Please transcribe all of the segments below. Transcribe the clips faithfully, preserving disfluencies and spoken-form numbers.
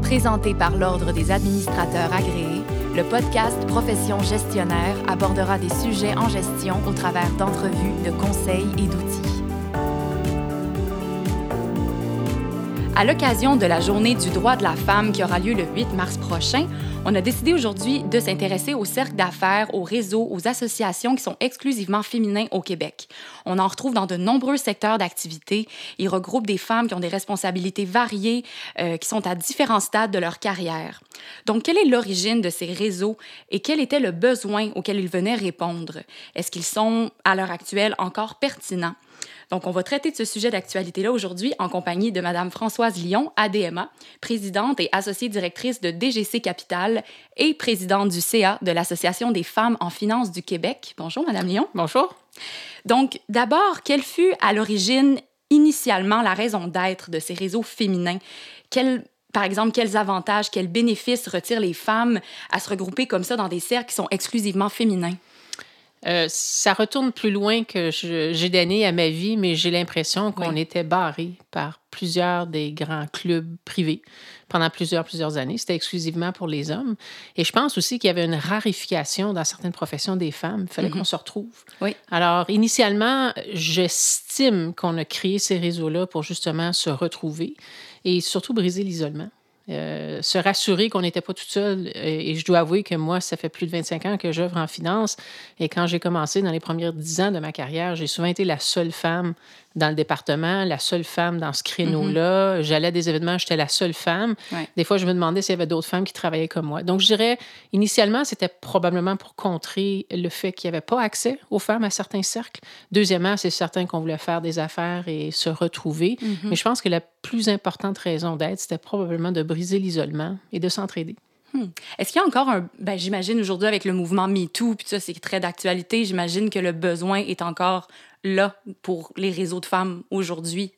Présenté par l'Ordre des administrateurs agréés, le podcast Profession gestionnaire abordera des sujets en gestion au travers d'entrevues, de conseils et d'outils. À l'occasion de la Journée du droit de la femme qui aura lieu le huit mars prochain, on a décidé aujourd'hui de s'intéresser aux cercles d'affaires, aux réseaux, aux associations qui sont exclusivement féminins au Québec. On en retrouve dans de nombreux secteurs d'activité. Ils regroupent des femmes qui ont des responsabilités variées, euh, qui sont à différents stades de leur carrière. Donc, quelle est l'origine de ces réseaux et quel était le besoin auquel ils venaient répondre? Est-ce qu'ils sont, à l'heure actuelle, encore pertinents? Donc, on va traiter de ce sujet d'actualité-là aujourd'hui en compagnie de Mme Françoise Lyon, A D M A, présidente et associée directrice de D G C Capital et présidente du C A de l'Association des femmes en finance du Québec. Bonjour, Mme Lyon. Bonjour. Donc, d'abord, quelle fut à l'origine, initialement, la raison d'être de ces réseaux féminins? Quel, par exemple, quels avantages, quels bénéfices retirent les femmes à se regrouper comme ça dans des cercles qui sont exclusivement féminins? Euh, ça retourne plus loin que je, j'ai d'années à ma vie, mais j'ai l'impression qu'on oui. était barré par plusieurs des grands clubs privés pendant plusieurs, plusieurs années. C'était exclusivement pour les hommes. Et je pense aussi qu'il y avait une rarification dans certaines professions des femmes. Il fallait mm-hmm. qu'on se retrouve. Oui. Alors, initialement, j'estime qu'on a créé ces réseaux-là pour justement se retrouver et surtout briser l'isolement. Euh, se rassurer qu'on n'était pas toute seule. Et, et je dois avouer que moi, ça fait plus de vingt-cinq ans que j'œuvre en finance. Et quand j'ai commencé dans les premiers dix ans de ma carrière, j'ai souvent été la seule femme dans le département, la seule femme dans ce créneau-là. Mm-hmm. J'allais à des événements, j'étais la seule femme. Ouais. Des fois, je me demandais s'il y avait d'autres femmes qui travaillaient comme moi. Donc, je dirais, initialement, c'était probablement pour contrer le fait qu'il n'y avait pas accès aux femmes à certains cercles. Deuxièmement, c'est certain qu'on voulait faire des affaires et se retrouver. Mm-hmm. Mais je pense que la plus importante raison d'être, c'était probablement de briser l'isolement et de s'entraider. Hmm. Est-ce qu'il y a encore un... Ben, j'imagine aujourd'hui avec le mouvement MeToo, puis ça, c'est très d'actualité, j'imagine que le besoin est encore là pour les réseaux de femmes aujourd'hui.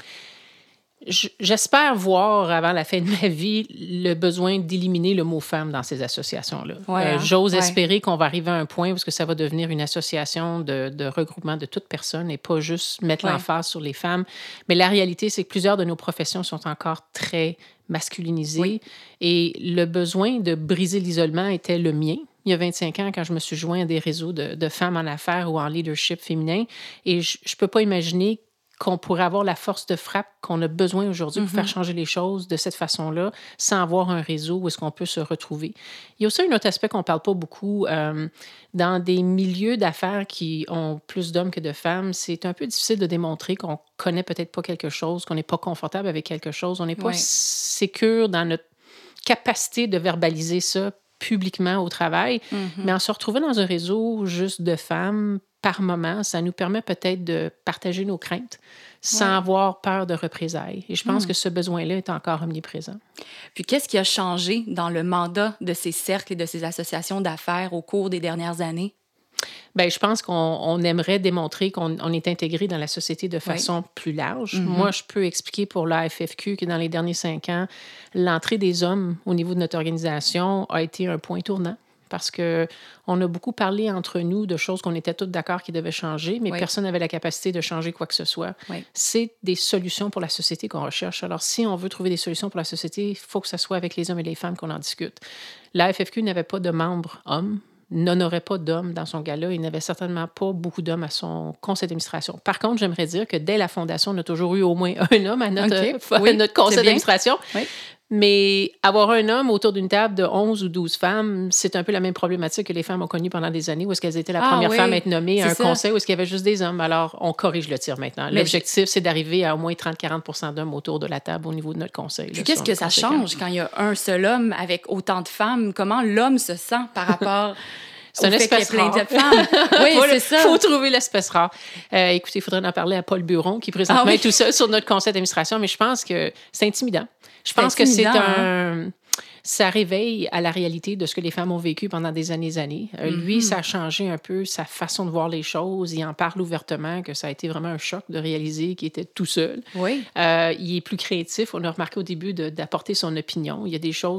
J'espère voir, avant la fin de ma vie, le besoin d'éliminer le mot « femme » dans ces associations-là. Ouais, euh, j'ose ouais. espérer qu'on va arriver à un point où ça va devenir une association de, de regroupement de toutes personnes et pas juste mettre ouais. l'emphase sur les femmes. Mais la réalité, c'est que plusieurs de nos professions sont encore très masculinisées oui. et le besoin de briser l'isolement était le mien. Il y a vingt-cinq ans, quand je me suis joint à des réseaux de, de femmes en affaires ou en leadership féminin. Et je ne peux pas imaginer qu'on pourrait avoir la force de frappe qu'on a besoin aujourd'hui pour mm-hmm. faire changer les choses de cette façon-là, sans avoir un réseau où est-ce qu'on peut se retrouver. Il y a aussi un autre aspect qu'on ne parle pas beaucoup. Euh, dans des milieux d'affaires qui ont plus d'hommes que de femmes, c'est un peu difficile de démontrer qu'on ne connaît peut-être pas quelque chose, qu'on n'est pas confortable avec quelque chose. On n'est pas ouais. sécure dans notre capacité de verbaliser ça publiquement au travail. Mm-hmm. Mais en se retrouvant dans un réseau juste de femmes, par moment, ça nous permet peut-être de partager nos craintes sans ouais. avoir peur de représailles. Et je pense mmh. que ce besoin-là est encore omniprésent. Puis qu'est-ce qui a changé dans le mandat de ces cercles et de ces associations d'affaires au cours des dernières années? Bien, je pense qu'on on aimerait démontrer qu'on on est intégré dans la société de façon oui. plus large. Mm-hmm. Moi, je peux expliquer pour l'A F F Q que dans les derniers cinq ans, l'entrée des hommes au niveau de notre organisation a été un point tournant. Parce qu'on a beaucoup parlé entre nous de choses qu'on était tous d'accord qui devaient changer, mais oui. personne n'avait la capacité de changer quoi que ce soit. Oui. C'est des solutions pour la société qu'on recherche. Alors, si on veut trouver des solutions pour la société, il faut que ce soit avec les hommes et les femmes qu'on en discute. L'A F F Q n'avait pas de membres hommes, n'honorait pas d'hommes dans son gala. Il n'avait certainement pas beaucoup d'hommes à son conseil d'administration. Par contre, j'aimerais dire que dès la fondation, on a toujours eu au moins un homme à notre, okay. euh, oui, notre conseil d'administration. Oui. Mais avoir un homme autour d'une table de onze ou douze femmes, c'est un peu la même problématique que les femmes ont connue pendant des années, où est-ce qu'elles étaient la ah, première oui. femme à être nommée à un ça. conseil, où est-ce qu'il y avait juste des hommes. Alors, on corrige le tir maintenant. Mais L'objectif, je... c'est d'arriver à au moins trente à quarante pour cent d'hommes autour de la table au niveau de notre conseil. Puis là, qu'est-ce que ça change quand il y a un seul homme avec autant de femmes? Comment l'homme se sent par rapport... C'est une espèce rare. De femmes. Oui, faut, c'est ça. Il faut trouver l'espèce rare. Euh, écoutez, il faudrait en parler à Paul Buron, qui présentement ah, oui. est tout seul sur notre conseil d'administration, mais je pense que c'est intimidant. Je pense c'est que c'est un... Hein? Ça réveille à la réalité de ce que les femmes ont vécu pendant des années et années. Euh, mm-hmm. Lui, ça a changé un peu sa façon de voir les choses. Il en parle ouvertement que ça a été vraiment un choc de réaliser qu'il était tout seul. Oui. Euh, il est plus créatif. On a remarqué au début de, d'apporter son opinion. Il y a des choses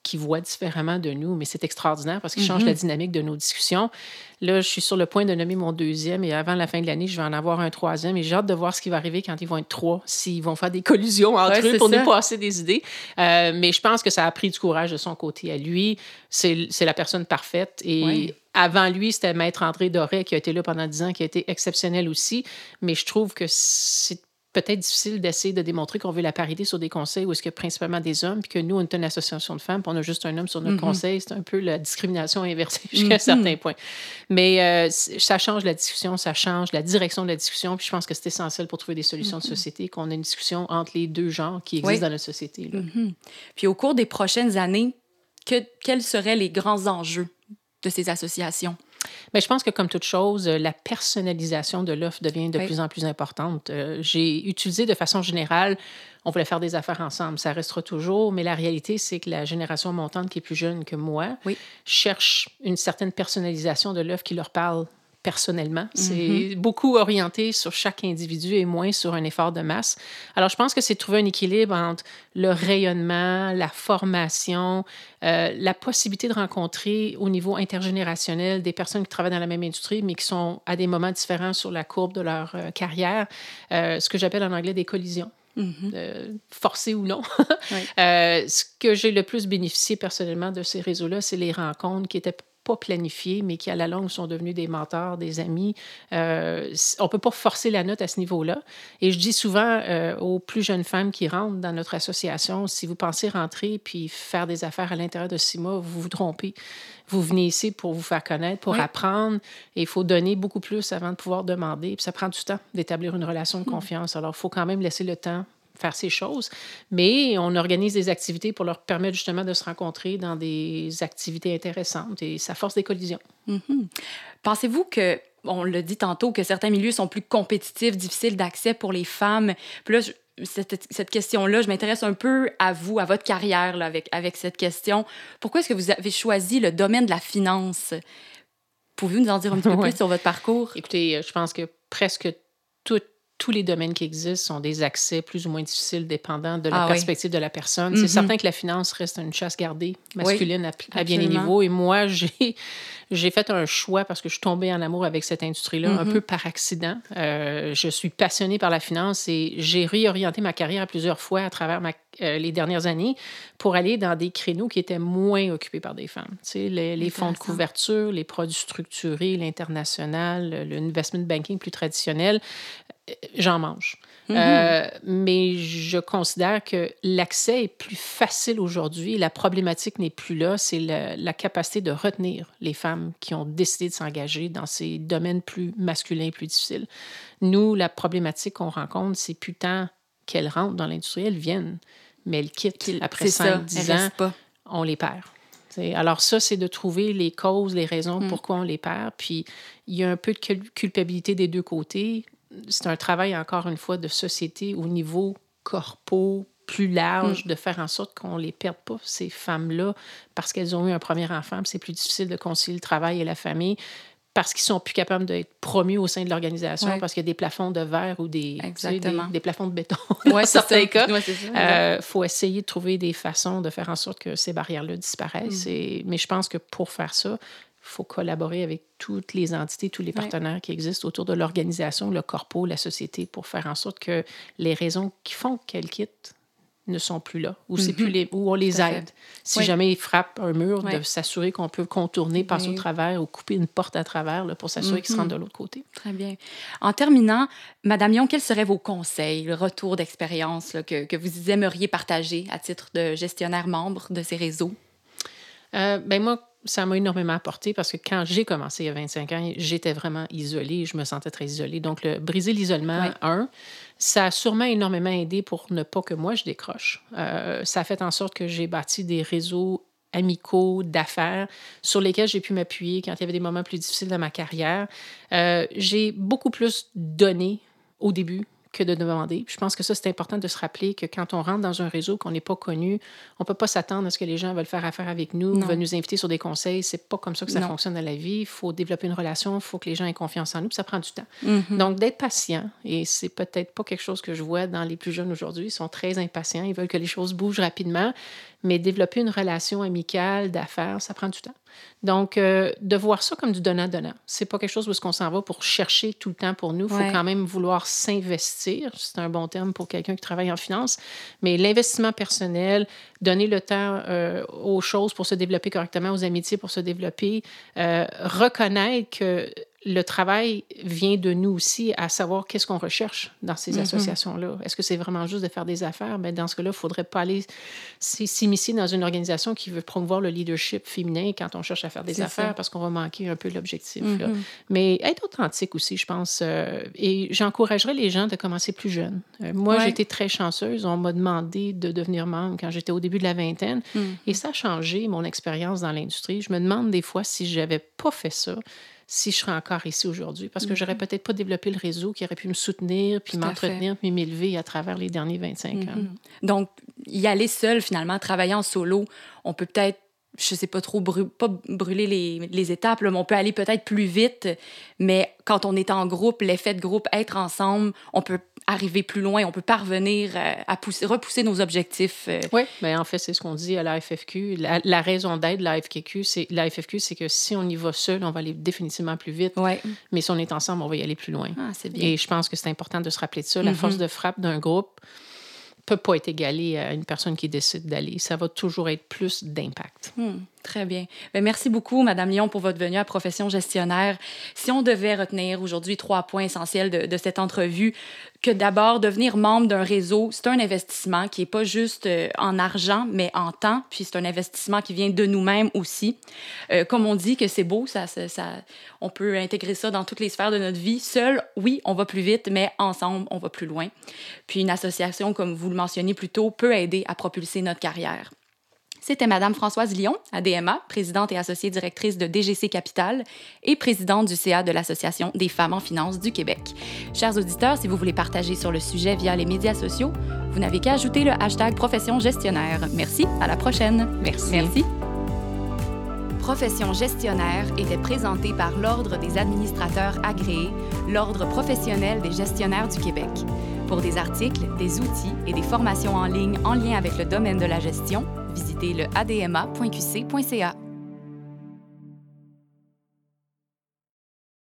qui voient différemment de nous, mais c'est extraordinaire parce qu'ils Mm-hmm. changent la dynamique de nos discussions. Là, je suis sur le point de nommer mon deuxième et avant la fin de l'année, je vais en avoir un troisième et j'ai hâte de voir ce qui va arriver quand ils vont être trois, s'ils vont faire des collusions entre Ouais, eux c'est pour ça. nous passer des idées. Euh, mais je pense que ça a pris du courage de son côté à lui. C'est, c'est la personne parfaite et Ouais. avant lui, c'était Maître André Doré qui a été là pendant dix ans, qui a été exceptionnel aussi. Mais je trouve que c'est peut-être difficile d'essayer de démontrer qu'on veut la parité sur des conseils où est-ce qu'il y a principalement des hommes, puis que nous, on est une association de femmes, puis on a juste un homme sur notre Mm-hmm. conseil. C'est un peu la discrimination inversée jusqu'à un certain point. Mais euh, ça change la discussion, ça change la direction de la discussion, puis je pense que c'est essentiel pour trouver des solutions mm-hmm. de société, qu'on ait une discussion entre les deux genres qui existent oui. dans notre société. Là. Mm-hmm. Puis au cours des prochaines années, que, quels seraient les grands enjeux de ces associations? Bien, je pense que, comme toute chose, la personnalisation de l'offre devient de oui. plus en plus importante. Euh, j'ai utilisé de façon générale, on voulait faire des affaires ensemble, ça restera toujours, mais la réalité, c'est que la génération montante qui est plus jeune que moi oui. cherche une certaine personnalisation de l'offre qui leur parle personnellement. C'est mm-hmm. beaucoup orienté sur chaque individu et moins sur un effort de masse. Alors, je pense que c'est de trouver un équilibre entre le rayonnement, la formation, euh, la possibilité de rencontrer au niveau intergénérationnel des personnes qui travaillent dans la même industrie, mais qui sont à des moments différents sur la courbe de leur euh, carrière, euh, ce que j'appelle en anglais des collisions. Mm-hmm. Euh, forcé ou non. oui. euh, ce que j'ai le plus bénéficié personnellement de ces réseaux-là, c'est les rencontres qui étaient pas planifiés, mais qui, à la longue, sont devenus des mentors, des amis. Euh, on ne peut pas forcer la note à ce niveau-là. Et je dis souvent euh, aux plus jeunes femmes qui rentrent dans notre association, si vous pensez rentrer puis faire des affaires à l'intérieur de six mois, vous vous trompez. Vous venez ici pour vous faire connaître, pour oui. apprendre. Et il faut donner beaucoup plus avant de pouvoir demander. Puis ça prend du temps d'établir une relation de confiance. Alors, il faut quand même laisser le temps faire ces choses, mais on organise des activités pour leur permettre justement de se rencontrer dans des activités intéressantes et ça force des collisions. Mm-hmm. Pensez-vous que, on l'a dit tantôt, que certains milieux sont plus compétitifs, difficiles d'accès pour les femmes? Puis là, je, cette, cette question-là, je m'intéresse un peu à vous, à votre carrière là, avec, avec cette question. Pourquoi est-ce que vous avez choisi le domaine de la finance? Pouvez-vous nous en dire un petit peu ouais. plus sur votre parcours? Écoutez, je pense que presque tout tous les domaines qui existent sont des accès plus ou moins difficiles dépendant de la ah, perspective oui. de la personne. Mm-hmm. C'est certain que la finance reste une chasse gardée masculine oui, à, à bien des niveaux. Et moi, j'ai, j'ai fait un choix parce que je suis tombée en amour avec cette industrie-là mm-hmm. un peu par accident. Euh, je suis passionnée par la finance et j'ai réorienté ma carrière plusieurs fois à travers ma, euh, les dernières années pour aller dans des créneaux qui étaient moins occupés par des femmes. Tu sais, les, les fonds de couverture, les produits structurés, l'international, l'investment banking plus traditionnel. J'en mange. Mm-hmm. Euh, mais je considère que l'accès est plus facile aujourd'hui. La problématique n'est plus là. C'est la, la capacité de retenir les femmes qui ont décidé de s'engager dans ces domaines plus masculins, plus difficiles. Nous, la problématique qu'on rencontre, c'est plus tant qu'elles rentrent dans l'industrie, elles viennent, mais elles quittent après cinq dix ans. Pas. On les perd. T'sais, alors ça, c'est de trouver les causes, les raisons mm. pourquoi on les perd. Puis il y a un peu de culpabilité des deux côtés. C'est un travail, encore une fois, de société au niveau corpo, plus large, mm. de faire en sorte qu'on ne les perde pas, ces femmes-là, parce qu'elles ont eu un premier enfant, puis c'est plus difficile de concilier le travail et la famille, parce qu'ils sont plus capables d'être promus au sein de l'organisation, ouais. parce qu'il y a des plafonds de verre ou des, tu sais, des, des plafonds de béton, dans ouais, certains cas. Il ouais, euh, faut essayer de trouver des façons de faire en sorte que ces barrières-là disparaissent. Mm. Et, mais je pense que pour faire ça, il faut collaborer avec toutes les entités, tous les partenaires ouais. qui existent autour de l'organisation, le corpo, la société, pour faire en sorte que les raisons qui font qu'elles quittent ne sont plus là, ou, c'est mm-hmm. plus les, où on les aide. Si oui. jamais ils frappent un mur, oui. de s'assurer qu'on peut contourner, passer oui. au travers ou couper une porte à travers là, pour s'assurer mm-hmm. qu'ils se rendent de l'autre côté. Très bien. En terminant, Madame Yon, quels seraient vos conseils, le retour d'expérience là, que, que vous aimeriez partager à titre de gestionnaire membre de ces réseaux? Euh, ben moi, ça m'a énormément apporté parce que quand j'ai commencé il y a vingt-cinq ans, j'étais vraiment isolée, je me sentais très isolée. Donc, le, briser l'isolement, oui. un, ça a sûrement énormément aidé pour ne pas que moi, je décroche. Euh, ça a fait en sorte que j'ai bâti des réseaux amicaux, d'affaires, sur lesquels j'ai pu m'appuyer quand il y avait des moments plus difficiles dans ma carrière. Euh, j'ai beaucoup plus donné au début que de demander. Puis je pense que ça, c'est important de se rappeler que quand on rentre dans un réseau qu'on n'est pas connu, on ne peut pas s'attendre à ce que les gens veulent faire affaire avec nous, Non. veulent nous inviter sur des conseils. C'est pas comme ça que ça Non. fonctionne dans la vie. Il faut développer une relation, il faut que les gens aient confiance en nous, puis ça prend du temps. Mm-hmm. Donc, d'être patient, et c'est peut-être pas quelque chose que je vois dans les plus jeunes aujourd'hui. Ils sont très impatients, ils veulent que les choses bougent rapidement, mais développer une relation amicale, d'affaires, ça prend du temps. Donc, euh, de voir ça comme du donnant-donnant. C'est pas quelque chose où on s'en va pour chercher tout le temps pour nous. Il faut Ouais. quand même vouloir s'investir. C'est un bon terme pour quelqu'un qui travaille en finance. Mais l'investissement personnel, donner le temps euh, aux choses pour se développer correctement, aux amitiés pour se développer, euh, reconnaître que le travail vient de nous aussi à savoir qu'est-ce qu'on recherche dans ces Mm-hmm. associations-là. Est-ce que c'est vraiment juste de faire des affaires? Bien, dans ce cas-là, il ne faudrait pas aller s'immiscer dans une organisation qui veut promouvoir le leadership féminin quand on cherche à faire des C'est affaires ça. parce qu'on va manquer un peu l'objectif. Mm-hmm. Là. Mais être authentique aussi, je pense. Euh, et j'encouragerais les gens de commencer plus jeunes. Euh, moi, Ouais. j'ai été très chanceuse. On m'a demandé de devenir membre quand j'étais au début de la vingtaine. Mm-hmm. Et ça a changé mon expérience dans l'industrie. Je me demande des fois si je n'avais pas fait ça, si je serais encore ici aujourd'hui, parce que j'aurais peut-être pas développé le réseau qui aurait pu me soutenir, puis Tout à m'entretenir, puis m'élever à travers les derniers vingt-cinq ans. Mm-hmm. Donc, y aller seul, finalement, travailler en solo, on peut peut-être, je sais pas trop, bru- pas brûler les, les étapes, là, mais on peut aller peut-être plus vite, mais quand on est en groupe, l'effet de groupe, être ensemble, on peut arriver plus loin, on peut parvenir euh, à pousser, repousser nos objectifs. Euh. Oui, bien en fait, c'est ce qu'on dit à la F F Q. La, la raison d'être de la F F Q, c'est, la F F Q, c'est que si on y va seul, on va aller définitivement plus vite, Ouais. mais si on est ensemble, on va y aller plus loin. Ah, c'est bien. Et je pense que c'est important de se rappeler de ça. La Mm-hmm. force de frappe d'un groupe peut pas être égalée à une personne qui décide d'aller. Ça va toujours être plus d'impact. Hmm, très bien. Bien. Merci beaucoup, Madame Lyon, pour votre venue à Profession gestionnaire. Si on devait retenir aujourd'hui trois points essentiels de, de cette entrevue, que d'abord, devenir membre d'un réseau, c'est un investissement qui n'est pas juste euh, en argent, mais en temps, puis c'est un investissement qui vient de nous-mêmes aussi. Euh, comme on dit que c'est beau, ça, ça, ça, on peut intégrer ça dans toutes les sphères de notre vie. Seul, oui, on va plus vite, mais ensemble, on va plus loin. Puis une association, comme vous le mentionniez plus tôt, peut aider à propulser notre carrière. C'était Madame Françoise Lyon, A D M A, présidente et associée directrice de D G C Capital et présidente du C A de l'Association des femmes en finance du Québec. Chers auditeurs, si vous voulez partager sur le sujet via les médias sociaux, vous n'avez qu'à ajouter le hashtag Profession gestionnaire. Merci, à la prochaine. Merci. Merci. Profession gestionnaire était présentée par l'Ordre des administrateurs agréés, l'Ordre professionnel des gestionnaires du Québec. Pour des articles, des outils et des formations en ligne en lien avec le domaine de la gestion, visitez le a d m a point q c point c a.